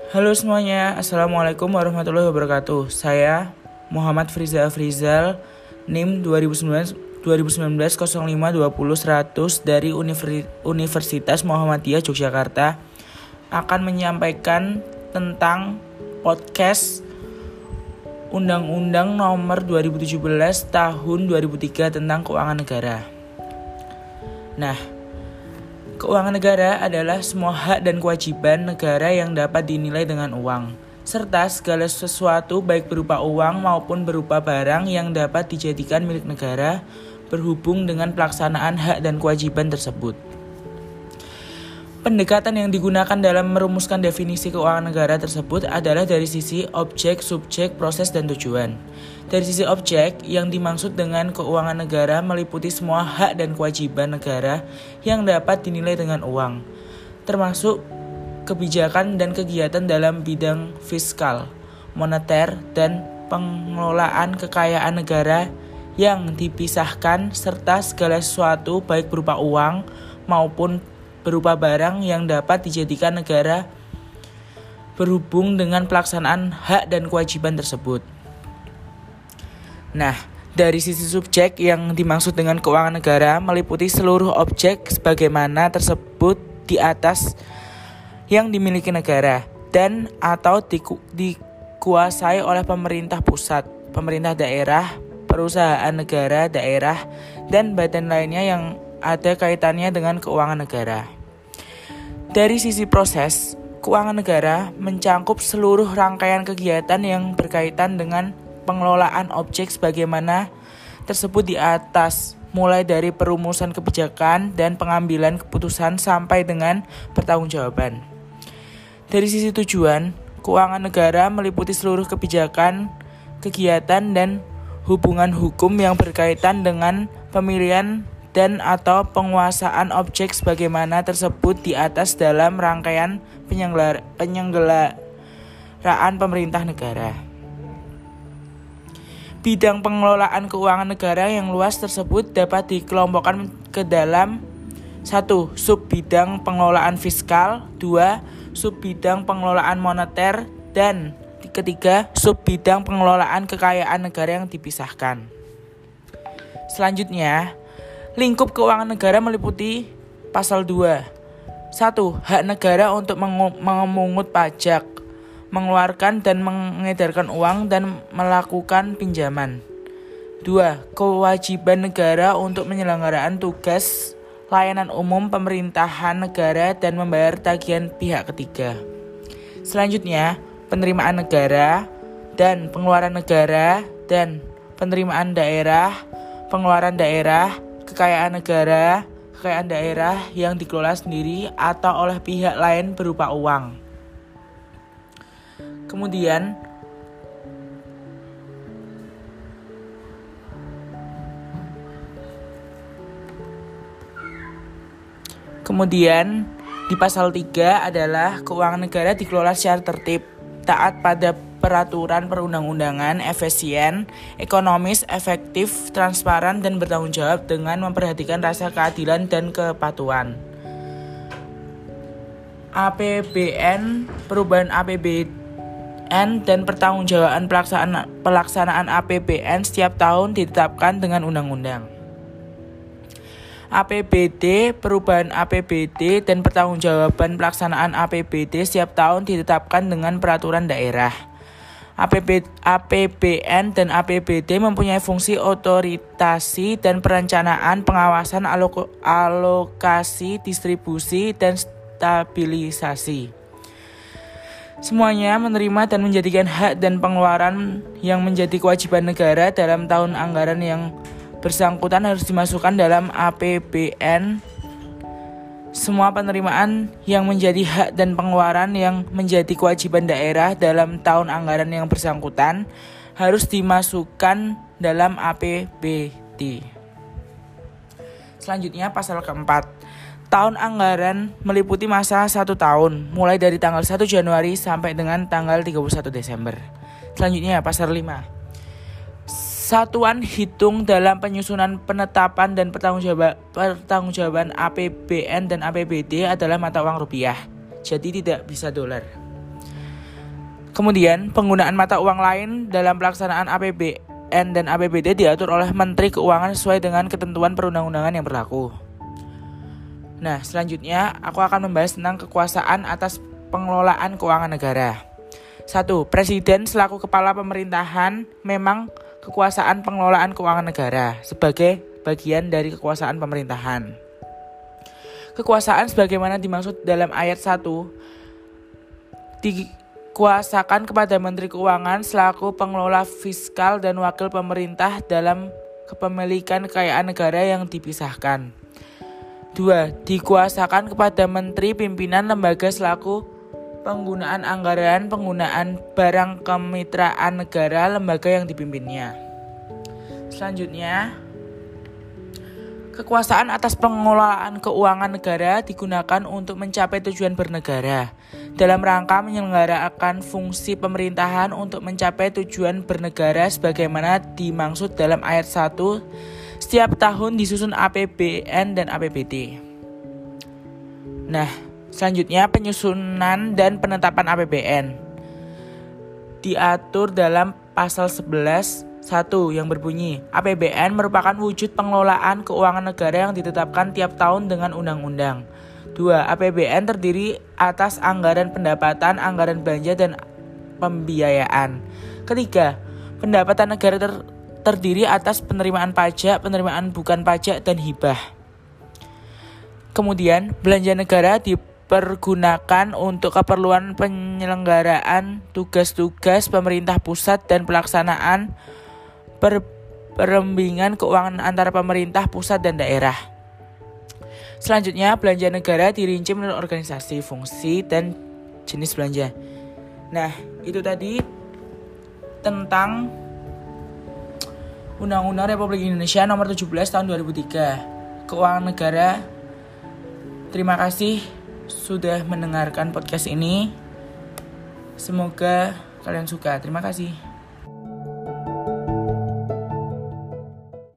Halo semuanya, Assalamualaikum warahmatullahi wabarakatuh. Saya Muhammad Friza Afrizal, NIM 2019 0520 100 dari Universitas Muhammadiyah Yogyakarta akan menyampaikan tentang podcast Undang-Undang Nomor 2017 Tahun 2003 tentang Keuangan Negara. Keuangan negara adalah semua hak dan kewajiban negara yang dapat dinilai dengan uang, serta segala sesuatu baik berupa uang maupun berupa barang yang dapat dijadikan milik negara berhubung dengan pelaksanaan hak dan kewajiban tersebut. Pendekatan yang digunakan dalam merumuskan definisi keuangan negara tersebut adalah dari sisi objek, subjek, proses, dan tujuan. Dari sisi objek, yang dimaksud dengan keuangan negara meliputi semua hak dan kewajiban negara yang dapat dinilai dengan uang, termasuk kebijakan dan kegiatan dalam bidang fiskal, moneter, dan pengelolaan kekayaan negara yang dipisahkan, serta segala sesuatu baik berupa uang maupun berupa barang yang dapat dijadikan negara berhubung dengan pelaksanaan hak dan kewajiban tersebut. Dari sisi subjek, yang dimaksud dengan keuangan negara meliputi seluruh objek sebagaimana tersebut di atas yang dimiliki negara dan atau dikuasai oleh pemerintah pusat, pemerintah daerah, perusahaan negara, daerah, dan badan lainnya yang ada kaitannya dengan keuangan negara. Dari sisi proses, keuangan negara mencangkup seluruh rangkaian kegiatan yang berkaitan dengan pengelolaan objek sebagaimana tersebut di atas, mulai dari perumusan kebijakan dan pengambilan keputusan sampai dengan pertanggungjawaban. Dari sisi tujuan, keuangan negara meliputi seluruh kebijakan, kegiatan, dan hubungan hukum yang berkaitan dengan pemilihan dan atau penguasaan objek sebagaimana tersebut di atas dalam rangkaian penyelenggaraan pemerintah negara. Bidang pengelolaan keuangan negara yang luas tersebut dapat dikelompokkan ke dalam 1. Sub-bidang pengelolaan fiskal, 2. Sub-bidang pengelolaan moneter, dan 3. Sub-bidang pengelolaan kekayaan negara yang dipisahkan. Selanjutnya, lingkup keuangan negara meliputi pasal 2. 1. Hak negara untuk memungut pajak, mengeluarkan dan mengedarkan uang dan melakukan pinjaman. 2. Kewajiban negara untuk penyelenggaraan tugas layanan umum pemerintahan negara dan membayar tagihan pihak ketiga. Selanjutnya, penerimaan negara dan pengeluaran negara dan penerimaan daerah, pengeluaran daerah, kekayaan negara, kekayaan daerah yang dikelola sendiri atau oleh pihak lain berupa uang. Kemudian di pasal 3 adalah keuangan negara dikelola secara tertib, taat pada peraturan perundang-undangan, efisien, ekonomis, efektif, transparan, dan bertanggung jawab dengan memperhatikan rasa keadilan dan kepatuhan. APBN, perubahan APBN dan pertanggungjawaban pelaksanaan APBN setiap tahun ditetapkan dengan undang-undang. APBD, perubahan APBD dan pertanggungjawaban pelaksanaan APBD setiap tahun ditetapkan dengan peraturan daerah. APBN dan APBD mempunyai fungsi otoritasi dan perencanaan, pengawasan, alokasi, distribusi, dan stabilisasi. Semuanya menerima dan menjadikan hak dan pengeluaran yang menjadi kewajiban negara dalam tahun anggaran yang bersangkutan harus dimasukkan dalam APBN. Semua penerimaan yang menjadi hak dan pengeluaran yang menjadi kewajiban daerah dalam tahun anggaran yang bersangkutan harus dimasukkan dalam APBD. Selanjutnya pasal keempat. Tahun anggaran meliputi masa 1 tahun, mulai dari tanggal 1 Januari sampai dengan tanggal 31 Desember. Selanjutnya pasal 5. Satuan hitung dalam penyusunan, penetapan, dan pertanggungjawaban APBN dan APBD adalah mata uang rupiah, jadi tidak bisa dolar. Kemudian, penggunaan mata uang lain dalam pelaksanaan APBN dan APBD diatur oleh Menteri Keuangan sesuai dengan ketentuan perundang-undangan yang berlaku. Nah, selanjutnya aku akan membahas tentang kekuasaan atas pengelolaan keuangan negara. 1. Presiden selaku kepala pemerintahan memang kekuasaan pengelolaan keuangan negara sebagai bagian dari kekuasaan pemerintahan. Kekuasaan sebagaimana dimaksud dalam ayat 1 dikuasakan kepada Menteri Keuangan selaku pengelola fiskal dan wakil pemerintah dalam kepemilikan kekayaan negara yang dipisahkan. 2. Dikuasakan kepada Menteri Pimpinan Lembaga selaku penggunaan anggaran, penggunaan barang kemitraan negara, lembaga yang dipimpinnya. Selanjutnya, kekuasaan atas pengelolaan keuangan negara digunakan untuk mencapai tujuan bernegara dalam rangka menyelenggarakan fungsi pemerintahan untuk mencapai tujuan bernegara sebagaimana dimaksud dalam ayat 1. Setiap tahun disusun APBN dan APBD. Nah, selanjutnya penyusunan dan penetapan APBN diatur dalam pasal 11 1 yang berbunyi, APBN merupakan wujud pengelolaan keuangan negara yang ditetapkan tiap tahun dengan undang-undang. 2. APBN terdiri atas anggaran pendapatan, anggaran belanja, dan pembiayaan. Ketiga, pendapatan negara terdiri atas penerimaan pajak, penerimaan bukan pajak, dan hibah. Kemudian, belanja negara dipergunakan untuk keperluan penyelenggaraan tugas-tugas pemerintah pusat dan pelaksanaan perembingan keuangan antara pemerintah pusat dan daerah. Selanjutnya, belanja negara dirinci menurut organisasi, fungsi, dan jenis belanja. Nah, itu tadi tentang Undang-Undang Republik Indonesia Nomor 17 Tahun 2003, Keuangan Negara. Terima kasih sudah mendengarkan podcast ini. Semoga kalian suka. Terima kasih.